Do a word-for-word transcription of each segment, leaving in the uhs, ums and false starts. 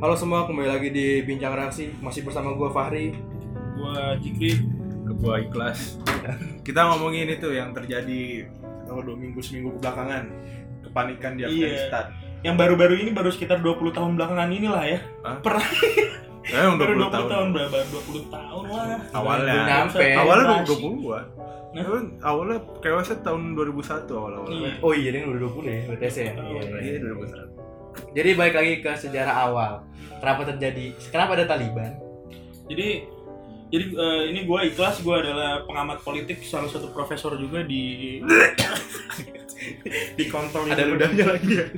Halo semua, kembali lagi di Bincang Reaksi. Masih bersama gue Fahri, gue Jikri, gue Ikhlas. Kita ngomongin itu yang terjadi oh, dua minggu seminggu kebelakangan, kepanikan di Afghanistan. Iya. Yang baru-baru ini baru sekitar dua puluh tahun belakangan inilah ya. Hah? Perang. Ya, yang baru dua puluh dua puluh tahun, tahun. berapa? dua puluh tahun lah. Awalnya. Nyampe. Awalnya dua puluh-an. Nah. Awalnya kewasnya tahun dua ribu satu awal-awal. Iya. Oh iya, ini udah dua puluh ya, W T C ya. Iya, Iya, dua ribu satu. Jadi balik lagi ke sejarah awal. Kenapa terjadi? Kenapa ada Taliban? Jadi jadi uh, ini gue Ikhlas, gue adalah pengamat politik, salah satu profesor juga di di kontrol. Ada ludahnya lagi ya.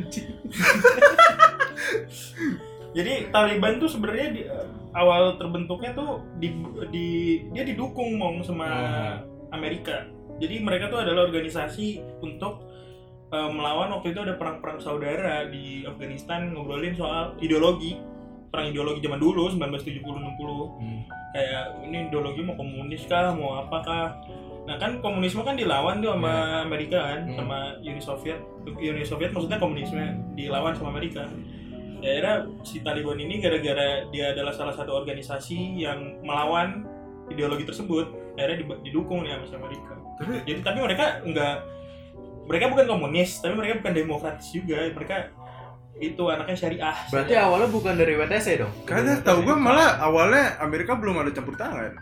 Jadi Taliban tuh sebenarnya di, uh, awal terbentuknya tuh di, di dia didukung mong sama Hmm. Amerika. Jadi mereka tuh adalah organisasi untuk uh, melawan waktu itu ada perang-perang saudara di Afghanistan, ngobrolin soal ideologi, perang ideologi zaman dulu sembilan belas tujuh puluh enam puluh. Hmm. Kayak ini ideologi mau komunis kah, mau apa kah? Nah kan komunisme kan dilawan tuh sama Amerika kan, Hmm. sama Uni Soviet. Uni Soviet maksudnya komunisme dilawan sama Amerika. Ya, akhirnya si Taliban ini gara-gara dia adalah salah satu organisasi yang melawan ideologi tersebut, akhirnya didukung nih sama Amerika. Tapi Jadi tapi mereka enggak, mereka bukan komunis, tapi mereka bukan demokratis juga. Mereka itu anaknya syariah. Berarti syariah. awalnya bukan dari W T C dong? kayaknya tahu gue malah awalnya Amerika belum ada campur tangan.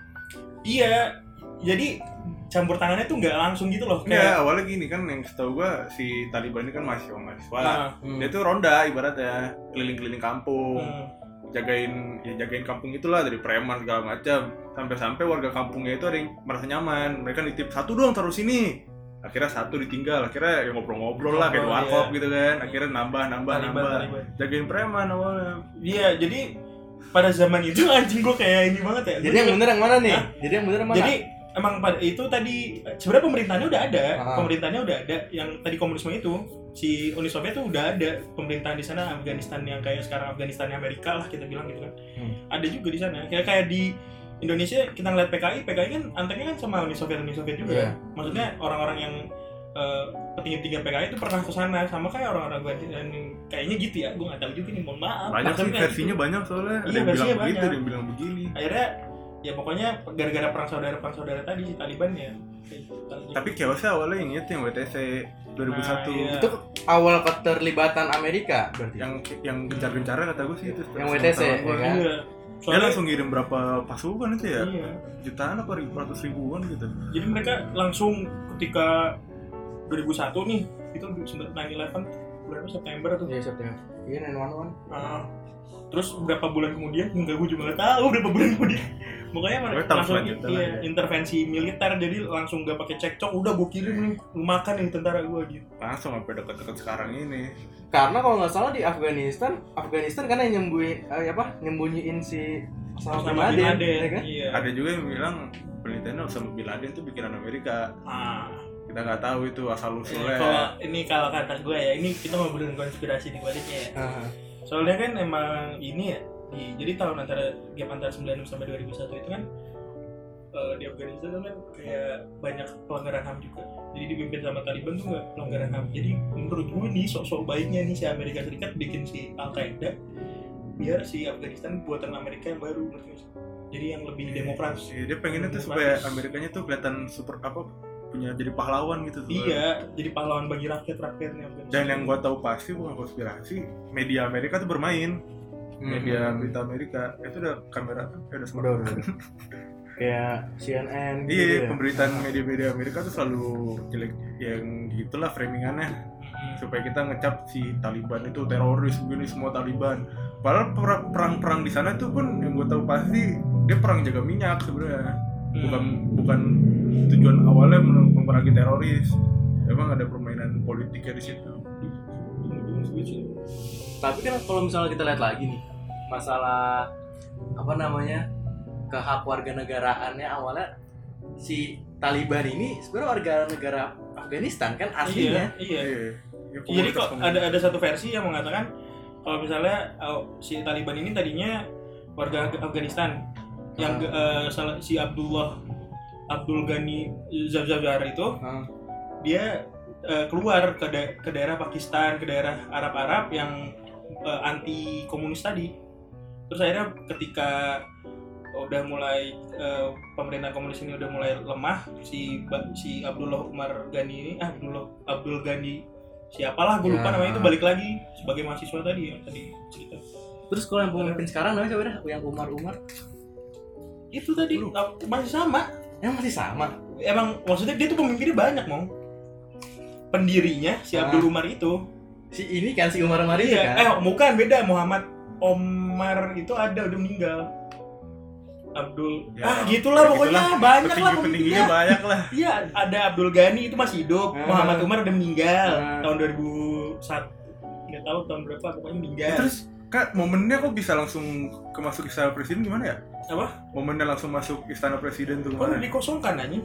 Iya, jadi campur tangannya tuh nggak langsung gitu loh. Kayak awalnya gini kan, yang setahu gue si Taliban ini kan mahasiswa mahasiswa. Nah, Hmm. Dia tuh ronda ibaratnya, keliling-keliling kampung. hmm, jagain ya jagain kampung itulah, dari preman segala macam, sampai-sampai warga kampungnya itu ada yang merasa nyaman, mereka nitip satu dong taruh sini, akhirnya satu ditinggal, akhirnya ya ngobrol-ngobrol lah kayak di Ngobrol, warkop iya. gitu kan, akhirnya nambah nambah Taliban, nambah Taliban. jagain preman awalnya. Iya, jadi pada zaman itu anjing gue kayak ini banget ya. Jadi Gua yang juga- bener yang mana nih? Hah? Jadi yang bener yang mana? Jadi emang pada itu tadi sebenarnya pemerintahnya udah ada, Ah. pemerintahnya udah ada. Yang tadi komunisme itu si Uni Soviet tuh udah ada pemerintahan di sana, Afghanistan yang kayak sekarang Afghanistan Amerika lah kita bilang gitu kan. Hmm. Ada juga di sana. Kayak kayak di Indonesia kita ngeliat P K I, P K I kan anteknya kan sama Uni Soviet Uni Soviet juga. Iya. Maksudnya orang-orang yang eh, petinggi-petinggi P K I itu pernah ke sana, sama kayak orang-orang Afghanistan. Kayaknya gitu ya, gue nggak tahu juga nih, mohon maaf. Banyak Tapi sih kayak versinya, gitu. banyak soalnya, ada Iya, yang versinya bilang begitu, banyak. ada yang bilang begini. Akhirnya ya pokoknya gara-gara perang saudara perang saudara tadi si Taliban ya. kayak gitu. Tapi chaosnya awalnya yang itu yang W T C dua ribu satu. Nah, iya. Itu awal keterlibatan Amerika berarti. yang yang gencar-gencarnya kata gue sih itu Yang W T C, sepengetahuan gua. ya kan? Iya. Dia Soalnya langsung ngirim berapa pasukan itu ya, iya. jutaan apa ratus ribuan gitu. Jadi mereka langsung ketika dua ribu satu nih itu sembilan eleven bulan September tuh. Iya, September. Iya, sembilan satu satu. Nah, terus berapa bulan kemudian enggak, gue juga nggak tahu berapa bulan kemudian. Makanya mereka Pokoknya tahun langsung selanjutnya iya, lah ya. intervensi militer, jadi langsung nggak pakai cekcok, udah gue kirim nih, lu makan nih tentara gue gitu. Langsung sampai dekat-dekat sekarang ini. Karena kalau nggak salah di Afghanistan, Afghanistan kan yang nyembunyiin eh, apa? Nyembunyiin si Osama bin Laden, ya kan? Iya. Ada juga yang bilang penelitiannya Osama bin Laden itu bikinan Amerika. Ah. Kita nggak tahu itu asal Ini usulnya. kalau ini kalau kata gue ya, ini kita ngobrolin konspirasi di baliknya ya. Ah. Soalnya kan emang ini ya, di, jadi tahun antara gap antara sembilan puluh sampai dua ribu satu itu kan eh, di Afghanistan kan kayak banyak pelanggaran H A M juga. Jadi dipimpin sama Taliban tuh nggak pelanggaran H A M. Jadi menurut gue nih sok-sok baiknya nih si Amerika Serikat bikin si Al-Qaeda biar si Afghanistan buatan Amerika yang baru, ngerti nggak sih? Jadi yang lebih demokratis. Iya, dia pengennya tuh supaya Amerikanya tuh kelihatan super apa, punya jadi pahlawan gitu tuh. Iya, jadi pahlawan bagi rakyat-rakyatnya Afghanistan. Dan yang gua tahu pasti bukan konspirasi, media Amerika tuh bermain. Media Hmm. berita Amerika itu udah kamera, eh, udah smart. Udah, udah, udah. Kayak C N N gitu Iya, ya. pemberitaan media-media Amerika tuh selalu jelek, yang gitulah framingannya, Hmm. supaya kita ngecap si Taliban itu teroris, begini semua Taliban. Padahal perang- perang-perang di sana tuh pun yang gue tahu pasti dia perang jaga minyak sebenarnya, bukan bukan tujuan awalnya mem- memerangi teroris. Emang ada permainan politiknya di situ. Tapi kan kalau misalnya kita lihat lagi nih, masalah apa namanya? ke hak warga negaraannya, awalnya si Taliban ini sebenarnya warga negara Afghanistan kan aslinya. Iya, iya. Iya. Ya, Jadi kok komunitas- ada ada satu versi yang mengatakan kalau misalnya uh, si Taliban ini tadinya warga Af- Afghanistan yang uh, salah- si Abdullah Abdul Ghani Zafzafar itu Hmm. dia uh, keluar ke da- ke daerah Pakistan, ke daerah Arab-Arab yang uh, anti komunis tadi. Terus akhirnya ketika udah mulai uh, pemerintahan komunis ini udah mulai lemah, si si Abdullah Umar Ghani ini, ah, Abdullah Abdul Ghani siapalah gue lupa ya. namanya, itu balik lagi sebagai mahasiswa tadi yang tadi cerita. Terus kalau yang pemimpin sekarang namanya siapa dah? Yang Umar Umar Itu tadi Lu. masih sama. yang masih sama. Emang maksudnya dia tuh pemimpinnya banyak, Mong. Pendirinya si Ah. Abdul Umar itu. Si ini kan si Umar Umar itu Iya, kan. eh bukan, beda. Muhammad Omar itu ada, udah meninggal. Abdul, Ya, ah gitulah ya pokoknya gitulah. banyak lah Petinggi-petingginya pemimpinnya. banyak lah. Iya, ada Abdul Ghani itu masih hidup, Ah. Muhammad Umar udah meninggal Ah. tahun dua ribu satu. Nggak tahu tahun berapa, pokoknya meninggal. Ya, terus Kak, momennya kok bisa langsung ke masuk istana presiden gimana ya? Apa? Momennya langsung masuk istana presiden tuh Kok udah gimana? dikosongkan anjing?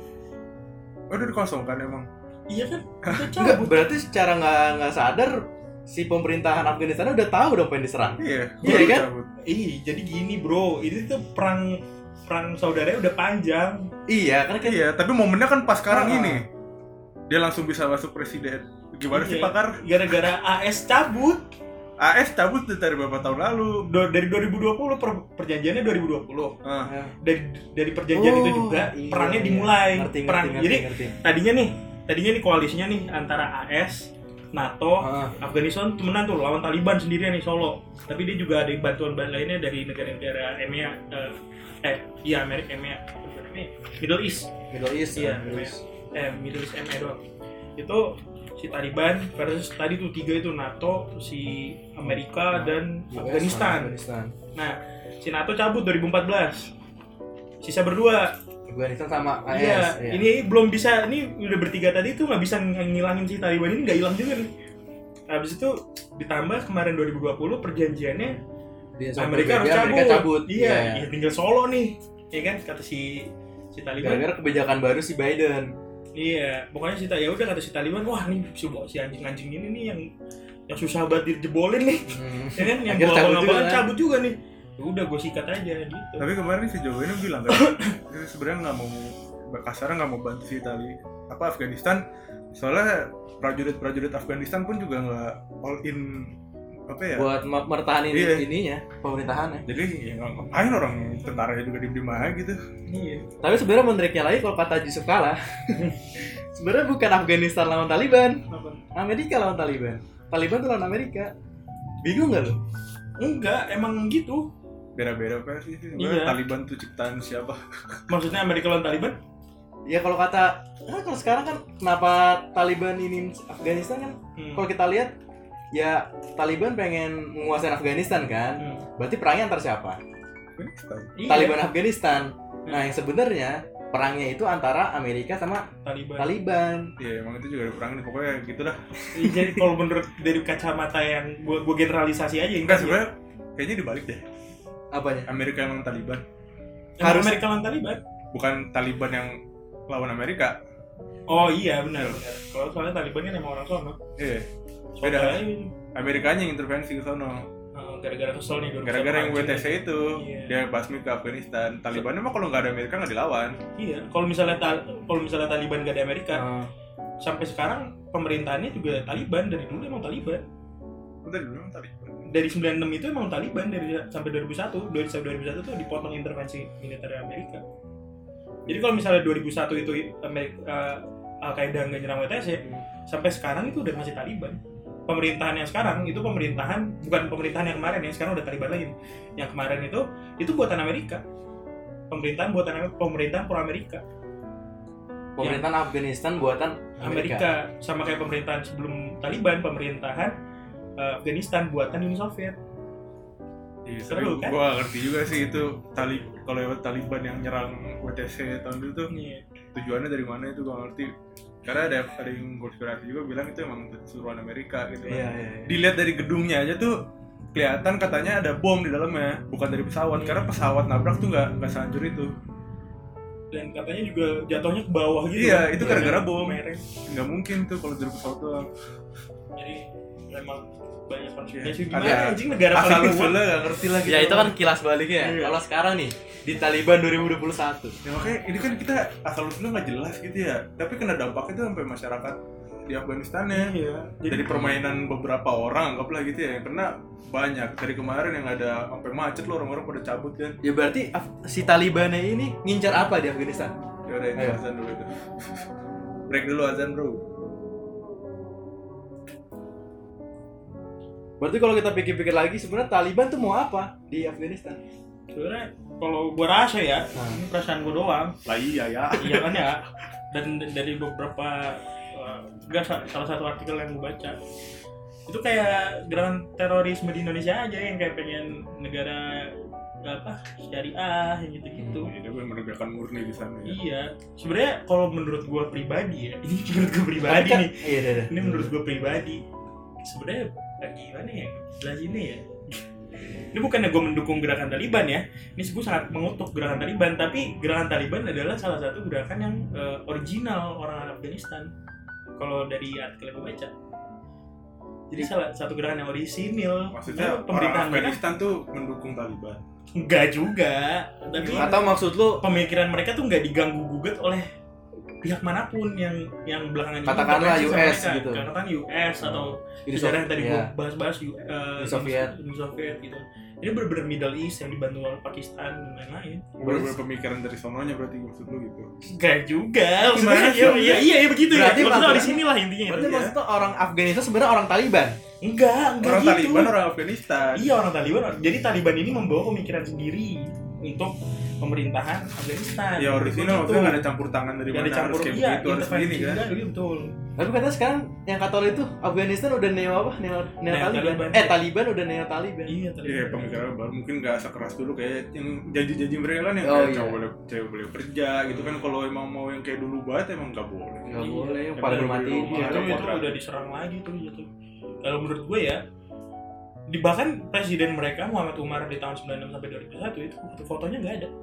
Oh, udah dikosongkan emang. Iya kan? Udah Enggak, cabut. berarti secara nggak nggak sadar si pemerintahan Afghanistan udah tahu dong pengen diserang. Iya, Iya baru kan? cabut. Ih, jadi gini bro, ini tuh perang perang saudaranya udah panjang. Iya, kan kan Iya, tapi momennya kan pas sekarang Ah. ini. Dia langsung bisa masuk presiden. Gimana sih Iya. Pakar? Gara-gara A S cabut. A S cabut dari beberapa tahun lalu. Do- dari dua ribu dua puluh per- perjanjiannya dua ribu dua puluh. Ah. Dari dari perjanjian Oh, itu juga iya, perangnya iya. dimulai. Ngerti, ngerti, Perang. ngerti, Jadi ngerti. tadinya nih, tadinya nih koalisinya nih antara A S, NATO, Ah. Afghanistan temenan tuh lawan Taliban sendirian nih solo. Tapi dia juga ada bantuan lainnya dari negara-negara E M E A, eh, eh iya Amerika E M E A, bukan E M E A, Middle East, Middle East Iya, ya, Middle East. eh Middle East M E A doang. Itu si Taliban versus tadi tuh tiga itu NATO, si Amerika dan U S, Afghanistan. Afghanistan. Nah, si NATO cabut dua ribu empat belas. Sisa berdua. Afghanistan sama A S. Iya, iya. ini belum bisa, ini udah bertiga tadi tuh nggak bisa ngilangin si Taliban ini, nggak hilang juga nih. Habis itu ditambah kemarin dua ribu dua puluh perjanjiannya Dia sama Amerika harus dia, cabut. Amerika cabut. Iya, ya, tinggal Solo nih. Ya kan kata si si Taliban. Gara-gara kebijakan baru si Biden. Iya, pokoknya si ya udah kata si Taliban, wah nih si si anjing-anjing ini nih yang yang susah banget dijebolin nih. Hmm. Ya kan yang Akhirnya cabut bawa juga, kan? cabut juga nih. Ya udah gue sikat aja gitu. Tapi kemarin si Joe ini bilang kan, dia sebenarnya nggak mau, kasarnya nggak mau bantu si Itali apa Afghanistan, soalnya prajurit-prajurit Afghanistan pun juga nggak all in apa ya. Buat ma- mertahanin Iya. ininya, pemerintahannya. Jadi ya nggak ngapain orang tentaranya juga diem-diem aja gitu. Iya. Tapi sebenarnya menariknya lagi kalau kata Yusuf Kala, sebenarnya bukan Afghanistan lawan Taliban, Apa? Amerika lawan Taliban. Taliban tuh lawan Amerika. Bingung nggak lu? Enggak, emang gitu. Beda-beda versi sih. Iya. Sebenarnya Taliban tuh ciptaan siapa? Maksudnya Amerika lawan Taliban? Ya kalau kata, nah kalau sekarang kan kenapa Taliban ini Afghanistan kan? Hmm. Kalau kita lihat, ya Taliban pengen menguasai Afghanistan kan? Hmm. Berarti perangnya antar siapa? Afghanistan. Iya, Taliban Afghanistan. Nah yang sebenarnya perangnya itu antara Amerika sama Taliban. Taliban. Iya emang itu juga ada perang nih pokoknya gitu dah. Jadi kalau menurut dari kacamata yang gua, gua generalisasi aja yang Enggak sebenarnya kayaknya dibalik deh. Apanya? Amerika yang lawan Taliban, Emang harus- Amerika lawan Taliban. bukan Taliban yang lawan Amerika. Oh iya benar. benar. Kalau soalnya Taliban kan emang orang sono. Iya. Beda. Beda. Amerikanya yang intervensi ke sono. Gara-gara kesel nih. Gara-gara yang W T C itu Iya. dia basmi ke Afghanistan. Taliban emang kalau nggak ada Amerika nggak dilawan. Iya. Kalau misalnya ta- kalau misalnya Taliban gak ada Amerika, Ah. sampai sekarang pemerintahannya juga Taliban, dari dulu emang Taliban. Udah dulu emang Taliban. Dari sembilan puluh enam itu emang Taliban dari sampai dua ribu satu. Dari dua ribu satu tuh dipotong intervensi militer Amerika. Jadi kalau misalnya dua ribu satu itu Amerika, uh, Al-Qaeda nggak nyerang W T C, sampai sekarang itu udah masih Taliban. Pemerintahan yang sekarang itu pemerintahan, bukan pemerintahan yang kemarin ya, sekarang udah Taliban lagi. Yang kemarin itu itu buatan Amerika. Pemerintahan buatan Amerika, pemerintahan pro Amerika. Pemerintahan Afghanistan buatan Amerika. Amerika sama kayak pemerintahan sebelum Taliban, pemerintahan uh, Afghanistan buatan Uni Soviet. Iya, Seru, tapi kan? gua gak ngerti juga sih itu Talib kalau lewat Taliban yang nyerang W T C tahun dulu tuh Iya. tujuannya dari mana itu gua gak ngerti. Karena ada ada yang konspirasi juga bilang itu emang suruhan Amerika gitu kan. Iya, iya, iya. Dilihat dari gedungnya aja tuh kelihatan katanya ada bom di dalamnya, bukan dari pesawat. Iya. Karena pesawat nabrak tuh nggak nggak sehancur itu. Dan katanya juga jatuhnya ke bawah gitu. Iya, itu gara-gara bom. Mereng. Nggak mungkin tuh kalau dari pesawat doang. Jadi memang banyak Iya. konspirasi. Ada Gimana anjing negara asal paling kuat? usulnya nggak ngerti lagi. Ya itu kan kilas baliknya. Iya. Kalau sekarang nih di Taliban dua ribu dua puluh satu. Ya makanya ini kan kita asal usulnya nggak jelas gitu ya. Tapi kena dampaknya tuh sampai masyarakat di Afghanistan ya. Iya. Dari permainan beberapa orang anggaplah gitu ya, yang kena banyak. Dari kemarin yang ada sampai macet loh, orang-orang pada cabut kan. Ya berarti Af- si Taliban ini ngincar apa di Afghanistan? Ya udah ini Ayo. azan dulu itu. Break dulu azan, Bro. Berarti kalau kita pikir-pikir lagi sebenarnya Taliban tuh mau apa di Afghanistan? Sebenarnya kalau gua rasa ya, Nah. ini perasaan gua doang. Lah iya ya. Iya kan ya. Dan d- dari beberapa uh, enggak sa- salah satu artikel yang gua baca itu kayak gerakan terorisme di Indonesia aja yang kayak pengen negara apa syariah yang gitu-gitu. Ini gue menegakkan murni di sana ya. Iya, sebenarnya kalau menurut gua pribadi ya, ini menurut gua pribadi Kan- nih. Iya, iya, iya. Ini menurut gua pribadi. Sebenarnya gimana ya? Jelasinnya ya. Ini bukannya gue mendukung gerakan Taliban ya. Ini gue sangat mengutuk gerakan Taliban, tapi gerakan Taliban adalah salah satu gerakan yang uh, original orang Afghanistan. Kalau dari artikel yang gue baca. Jadi salah satu gerakan yang orisinil. Maksudnya Nah, orang mereka Afghanistan tuh mendukung Taliban. enggak juga. Tapi Atau maksud lu pemikiran mereka tuh nggak diganggu gugat oleh pihak manapun yang yang belakangan ini Katakanlah intervensi U sama S mereka. gitu. Katakan U S atau Uni sejarah yang Soviet, tadi iya. gue bahas-bahas U- uh, Uni Soviet. Uni Soviet gitu. Ini bener-bener Middle East yang dibantu oleh Pakistan dan lain-lain. Bener-bener pemikiran dari sononya berarti maksud lu gitu. Enggak juga. Maksudnya Gimana ya, sih? iya iya iya begitu Berarti ya. Maksudnya maksudnya- di sinilah intinya. Berarti itu. maksudnya orang Afghanistan sebenarnya orang Taliban. Enggak, enggak Orang gitu. Taliban orang Afghanistan. Iya orang Taliban. Jadi Taliban ini membawa pemikiran sendiri untuk pemerintahan Afghanistan. Ya original Begitu. maksudnya nggak ada campur tangan dari Nggak mana ada campur harus kayak iya, begitu harus begini kan. intervensi, iya, betul. Tapi katanya sekarang yang kata lu itu Afghanistan udah neo apa? Neo, neo Neo Taliban. Taliban. Eh Taliban udah neo Taliban. Iya, Taliban. Iya pemikirannya baru mungkin nggak sekeras dulu kayak yang janji-janji mereka kan yang Oh, kayak iya. cowok boleh cewek boleh kerja gitu kan, kalau emang mau yang kayak dulu banget emang nggak boleh. Nggak Iya. boleh, yang Yang pada bener-bener mati. rumah. Iya, ada itu, itu kontrak. udah diserang lagi tuh gitu. Kalau menurut gue ya, di bahkan presiden mereka Muhammad Umar di tahun sembilan puluh enam sampai dua ribu satu itu foto- fotonya nggak ada.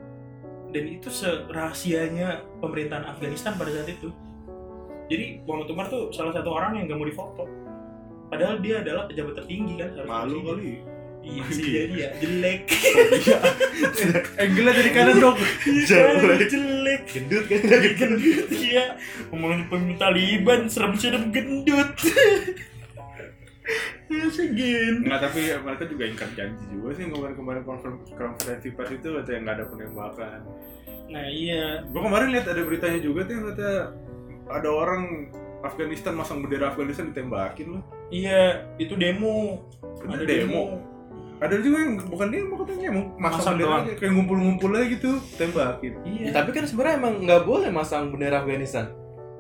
Dan itu serahasianya pemerintahan Afghanistan pada saat itu. Jadi Muhammad Umar tuh salah satu orang yang nggak mau difoto. Padahal dia adalah pejabat tertinggi kan. harusnya Malu sih. kali. Iya sih jadi ya jelek. Angle dari kanan dong. jelek jelek. Gendut kan? Gendut ya. Ngomongin pemimpin Taliban serem-serem gendut. Segini. Nggak, tapi mereka juga ingkar janji juga sih kemarin-kemarin konfer- konferensi pers itu kata yang nggak ada penembakan. Nah iya. Gua kemarin lihat ada beritanya juga tuh yang kata ada orang Afghanistan masang bendera Afghanistan ditembakin loh. Iya, itu demo. Ada demo. Ada juga yang bukan demo katanya emang masang Masang bendera doang. aja, kayak ngumpul-ngumpul aja gitu tembakin. Iya. Ya, tapi kan sebenarnya emang nggak boleh masang bendera Afghanistan.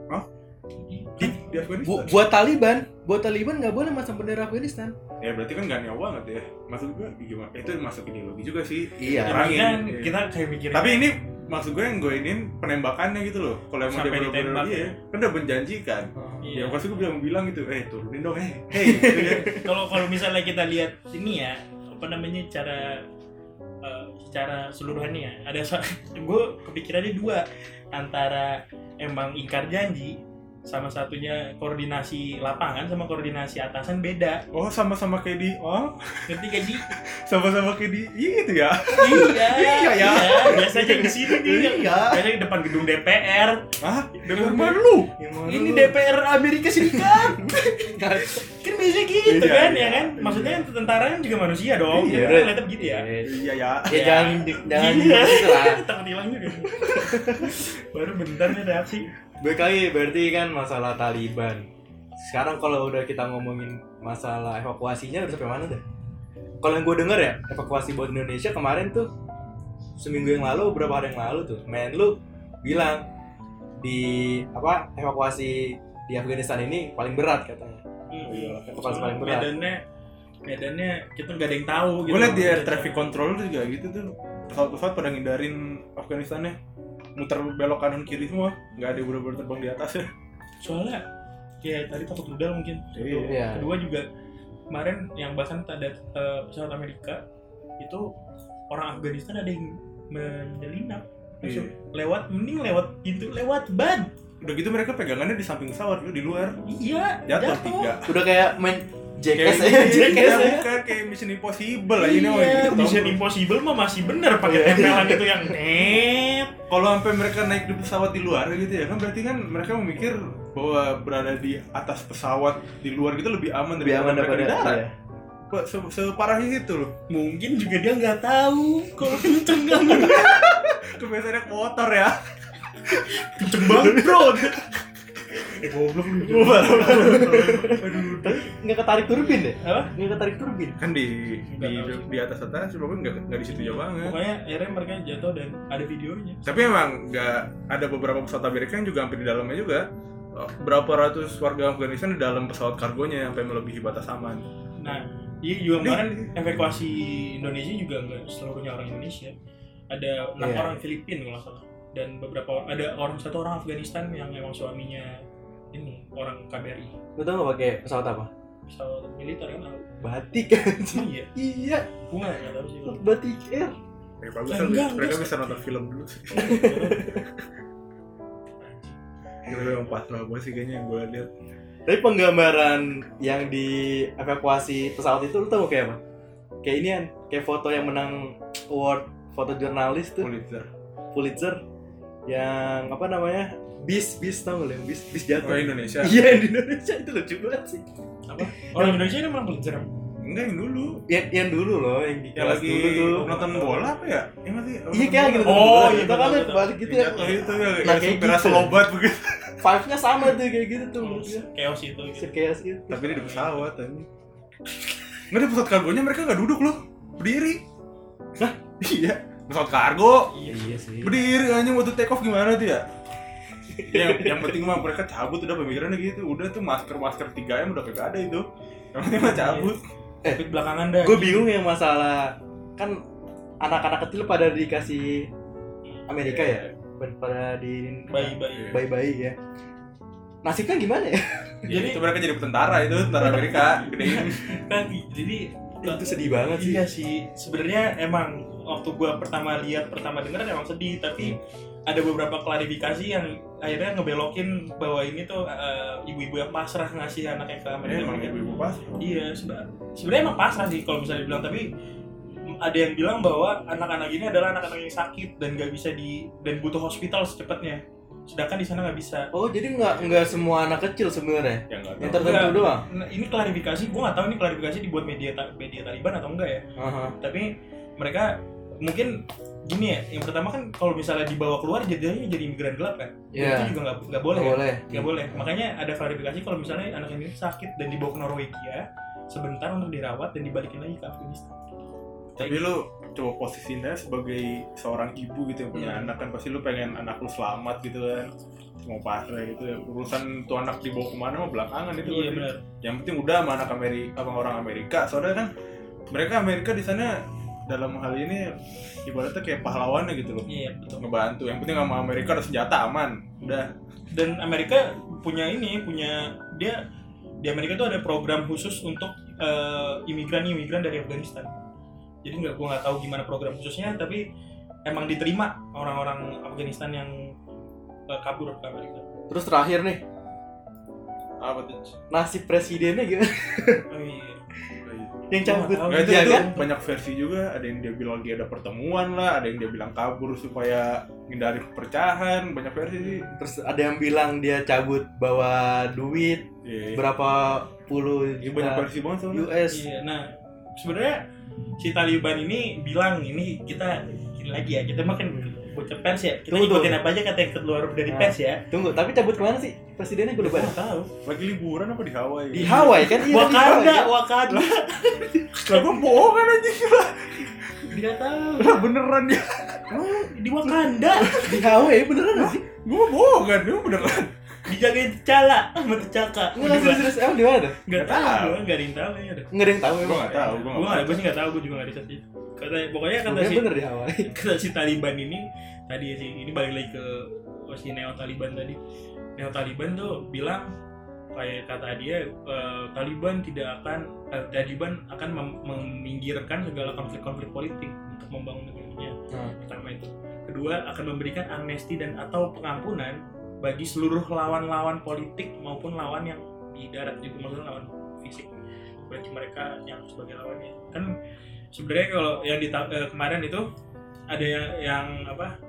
Di, di Afghanistan. Bu- buat Taliban, buat Taliban nggak boleh masang bendera Afghanistan. Ya berarti kan nggak nyawa banget ya. Maksud gue gimana? Itu masuk ideologi juga sih. Iya. Ya, Perangin. kan Iya. kita kayak mikirin. Tapi ini maksud gue yang gue iniin penembakannya gitu loh. Kalau emang dia Sampai bener-bener ditembak. iya, kan udah menjanjikan. Iya. Ya pasti gue bilang bilang gitu, eh turunin dong, eh, hey, gitu ya. Kalau kalau misalnya kita lihat ini ya, apa namanya cara eh, secara seluruhannya ya, ada gue kepikirannya dua antara emang ingkar janji sama satunya koordinasi lapangan sama koordinasi atasan beda. Oh sama-sama kayak di, oh Ngerti gak sih? sama-sama kayak di, iya gitu ya. iya, Iya, ya. biasanya di sini nih. Iya. Biasanya di depan gedung D P R. Hah? Dengar mana lu? Ini D P R Amerika Serikat. Kan biasanya gitu Iya, kan, iya. ya kan? Maksudnya kan tentara kan juga manusia dong. Iya, ya, udah. kan? Gitu ya. Eh, Iya ya. Ya Ya. jangan di- jangan Iya. gitu lah. Takut hilang juga. Baru bentar nih reaksi. Baik lagi berarti kan masalah Taliban. Sekarang kalau udah kita ngomongin masalah evakuasinya udah sampai mana deh? Kalau yang gue denger ya, evakuasi buat Indonesia kemarin tuh seminggu yang lalu, beberapa hari yang lalu tuh, Menlu bilang di apa evakuasi di Afghanistan ini paling berat katanya. Iya, evakuasi paling berat. Medannya, medannya kita nggak ada yang tahu. Gitu. Gue liat di air traffic control juga gitu tuh. Pesawat-pesawat pada ngindarin Afghanistannya, muter belok kanan kiri semua, nggak ada yang bener-bener terbang di atas ya. Soalnya, ya tadi takut rudal mungkin. Satu. Iya. Kedua juga kemarin yang bahkan ada uh, pesawat Amerika itu orang Afghanistan ada yang menyelinap. Masuk Iya. lewat, mending lewat pintu, lewat ban. Udah gitu mereka pegangannya di samping pesawat, di luar. Iya, Jatuh jatuh. tiga. Udah kayak main Jackass Kayak ya, ini, Jackass ya, ya. bukan kayak Mission Impossible aja ini mah Iya, gitu. Mission Impossible mah masih bener pakai Iya. tempelan itu yang net kalau sampai mereka naik di pesawat di luar gitu ya kan berarti kan mereka memikir bahwa berada di atas pesawat di luar gitu lebih aman Lebih aman mereka di daripada darat. iya. Kok se- separah itu loh. Mungkin juga dia nggak tahu kalau kenceng banget. Kebiasaan naik motor ya. Kenceng banget bro. Eh goblok lu. Aduh, tapi nggak ketarik turbin deh. Apa? Nggak ketarik turbin. Kan di di, Nggak tahu sih. di atas atas pokoknya nggak nggak di situ ya banget. Pokoknya akhirnya mereka jatuh dan ada videonya. Tapi emang nggak ada beberapa pesawat Amerika yang juga hampir di dalamnya juga. Berapa ratus warga Afghanistan di dalam pesawat kargonya sampai melebihi batas aman. Nah, iya juga Ini- kemarin evakuasi Indonesia juga nggak seluruhnya orang Indonesia. Ada enam Iya. orang Filipina kalau nggak salah. Dan beberapa ada orang satu orang Afghanistan yang emang suaminya ini orang K B R I. Lu tau nggak pakai pesawat apa? Pesawat militer kan? Batik. Oh, iya, Iya, gue nggak tahu sih. Batik Air. Ya bagus Eh, kan enggak, mereka enggak. bisa nonton film dulu sih. Itu yang pas banget sih kayaknya yang gue lihat. Tapi penggambaran yang di evakuasi pesawat itu lu tau nggak kayak apa? Kayak ini kan, kayak foto yang menang award foto jurnalis tuh, Pulitzer. Pulitzer, yang apa namanya? Bis, bis tau nggak lu? Bis, bis jatuh. Oh Indonesia. Iya, di Indonesia itu lucu banget sih. Apa? Orang Indonesia ini memang Pulitzer. Enggak yang dulu. Yang, yang dulu loh, yang di Yang kelas lagi dulu tuh. nonton bola apa ya? Yang ngerti? Iya kayak gitu. Oh, iya, kita kan betul, betul. balik gitu ya. Jatuh itu ya. Nah, Nah, kayak supir gitu. lobat begitu. Vibe-nya sama tuh kayak gitu tuh menurut gue. Chaos itu gitu. Sekias itu. Tapi dia di pesawat tadi. Nggak di pesawat kargonya mereka nggak duduk loh, berdiri. Hah? Iya. Pesawat kargo Iya. sih. berdiri hanya waktu take off gimana tuh ya? yang yang penting mah mereka cabut udah pemikirannya gitu. Udah tuh masker masker tiga M udah kagak ada itu. Yang penting mah cabut. Tapi belakangan dah. Gue bingung yang masalah kan anak-anak kecil pada dikasih Amerika ya, pada di Bayi-bayi. bayi-bayi ya. Nasibnya gimana ya? Jadi Jadi- itu mereka jadi tentara itu tentara Amerika gedein. Kan jadi Itu sedih banget sih. Iya sih, sebenarnya emang waktu gua pertama lihat, pertama denger emang sedih, tapi ada beberapa klarifikasi yang akhirnya ngebelokin bahwa ini tuh uh, ibu-ibu yang pasrah ngasih anaknya ke Ini Amerika. emang ibu-ibu pas. Iya, seba- sebenarnya emang pasrah sih kalau misalnya dibilang, tapi ada yang bilang bahwa anak-anak ini adalah anak-anak yang sakit dan gak bisa di dan butuh hospital secepatnya. Sedangkan di sana nggak bisa. Oh, jadi nggak nggak semua anak kecil sebenarnya. Yang nggak Yang tahu. tertentu Enggak. doang. Nah, ini klarifikasi, gue nggak tahu ini klarifikasi dibuat media ta- media Taliban atau enggak ya. Aha. Tapi mereka mungkin gini ya, yang pertama kan kalau misalnya dibawa keluar jadinya jadi imigran gelap kan. Dan Iya. itu juga nggak nggak boleh. Nggak kan? boleh. Nggak boleh. Makanya ada klarifikasi kalau misalnya anak ini sakit dan dibawa ke Norwegia sebentar untuk dirawat dan dibalikin lagi ke Afghanistan. Tapi lu coba posisinya sebagai seorang ibu gitu yang punya Hmm. anak kan pasti lu pengen anak lu selamat gitu kan. Mau pasrah gitu ya. Urusan tuh anak dibawa kemana mah belakangan itu. Iya berarti. benar. Yang penting udah sama anak Amerika, sama orang Amerika. Soalnya kan mereka Amerika di sana dalam hal ini ibaratnya kayak pahlawannya gitu loh. Iya betul. Ngebantu. Yang penting sama Amerika ada senjata aman. Udah. Dan Amerika punya ini, punya dia di Amerika tuh ada program khusus untuk eh, imigran-imigran dari Afghanistan. Jadi nggak, gue nggak tahu gimana program khususnya, tapi emang diterima orang-orang Afghanistan yang eh, kabur ke Amerika. Terus terakhir nih, Apa tuh? nasib presidennya gimana? Oh iya. Yang Gua cabut. nggak tahu. Nah, itu, Iya itu kan? banyak versi juga. Ada yang dia bilang lagi ada pertemuan lah, ada yang dia bilang kabur supaya hindari perpecahan. Banyak versi sih. Terus ada yang bilang dia cabut bawa duit Iya. berapa puluh Iya, banyak juta versi banget soalnya. U S. Iya, nah sebenarnya si Taliban ini bilang ini kita ini lagi ya, kita makan bocah pers ya, kita Tunggu, ikutin tunggu. apa aja kata yang keluar dari Nah. pers ya. Tunggu, tapi cabut kemana sih? Presidennya gue lupa. Gua nggak tahu. Lagi liburan apa di Hawaii? Di Hawaii kan? Iya, di Hawaii, Wakanda, kan? Wakanda. Lah gua bohong kan anjing. Nggak tahu. Lah beneran dia. Oh, di Wakanda. Di Hawaii beneran nggak sih? Gua bohong kan, dia beneran. Dijagain T'Challa sama T'Chaka. Nggak serius, emang di mana? Nggak Nggak tahu. tahu, nggak ada yang tahu ya. Nggak ada yang tahu Gua emang. enggak tahu, gua Gue enggak. nggak, gue sih nggak tahu, gue juga nggak riset sih. Kata, pokoknya kata Mungkin si bener di Hawaii. kata si Taliban ini tadi sih, ini balik lagi ke si neo Taliban tadi. Neo Taliban tuh bilang kayak kata dia eh, Taliban tidak akan eh, Taliban akan mem- meminggirkan segala konflik-konflik politik untuk membangun negerinya. Hmm. Pertama itu. Kedua, akan memberikan amnesti dan atau pengampunan bagi seluruh lawan-lawan politik maupun lawan yang di darat juga, maksudnya lawan fisik bagi mereka yang sebagai lawannya. Kan sebenarnya kalau yang di eh, kemarin itu ada yang, yang apa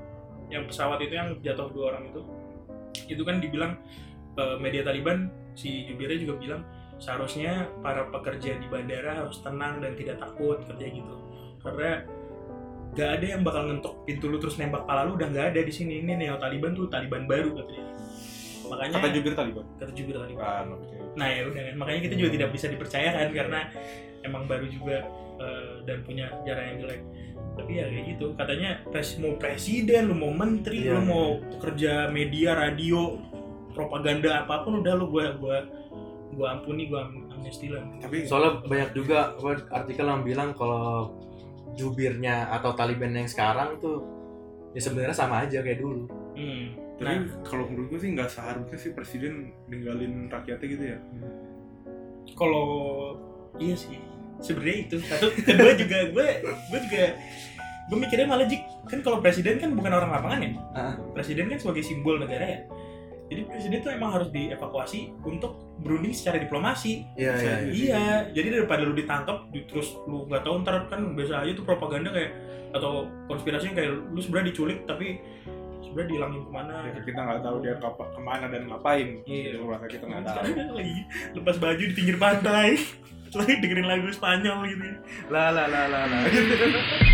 yang pesawat itu yang jatuh dua orang itu, itu kan dibilang uh, media Taliban, si jubirnya juga bilang seharusnya para pekerja di bandara harus tenang dan tidak takut katanya gitu, karena gak ada yang bakal ngentok pintu lu terus nembak pala lu, udah gak ada di sini, ini neo Taliban tuh Taliban baru katanya. Makanya kata jubir Taliban. Kata jubir Taliban. Ah, okay. Nah ya udah kan, makanya kita juga tidak bisa dipercayakan karena emang baru juga uh, dan punya sejarah yang jelek. Tapi ya kayak gitu, katanya pres mau presiden, lu mau menteri, iya, lu mau iya. pekerja media, radio, propaganda apapun udah lu gua gua gua ampuni, gua amnesti lah. Tapi Soalnya banyak juga apa, artikel yang bilang kalau jubirnya atau Taliban yang sekarang tuh ya sebenarnya sama aja kayak dulu. Hmm. tapi Nah, kalau menurut gue sih nggak seharusnya sih presiden ninggalin rakyatnya gitu ya. kalau iya sih sebenarnya itu satu, kedua juga gue gue juga gue mikirnya malah Jik, kan kalau presiden kan bukan orang lapangan ya. Ah. Presiden kan sebagai simbol negara ya. Jadi presiden tuh emang harus dievakuasi untuk berunding secara diplomasi. Iya iya. iya. Iya, jadi daripada lu ditangkap, di- terus lu nggak tahu ntar kan biasa aja tuh propaganda kayak atau konspirasi kayak lu sebenarnya diculik tapi sebenarnya dihilangin kemana. Ya, kita nggak tahu dia kapa- kemana dan ngapain. Iya. Itu merasa kita nggak tahu. Sekarang dia lagi lepas baju di pinggir pantai, lagi dengerin lagu Spanyol gitu. Lah lah lah lah lah.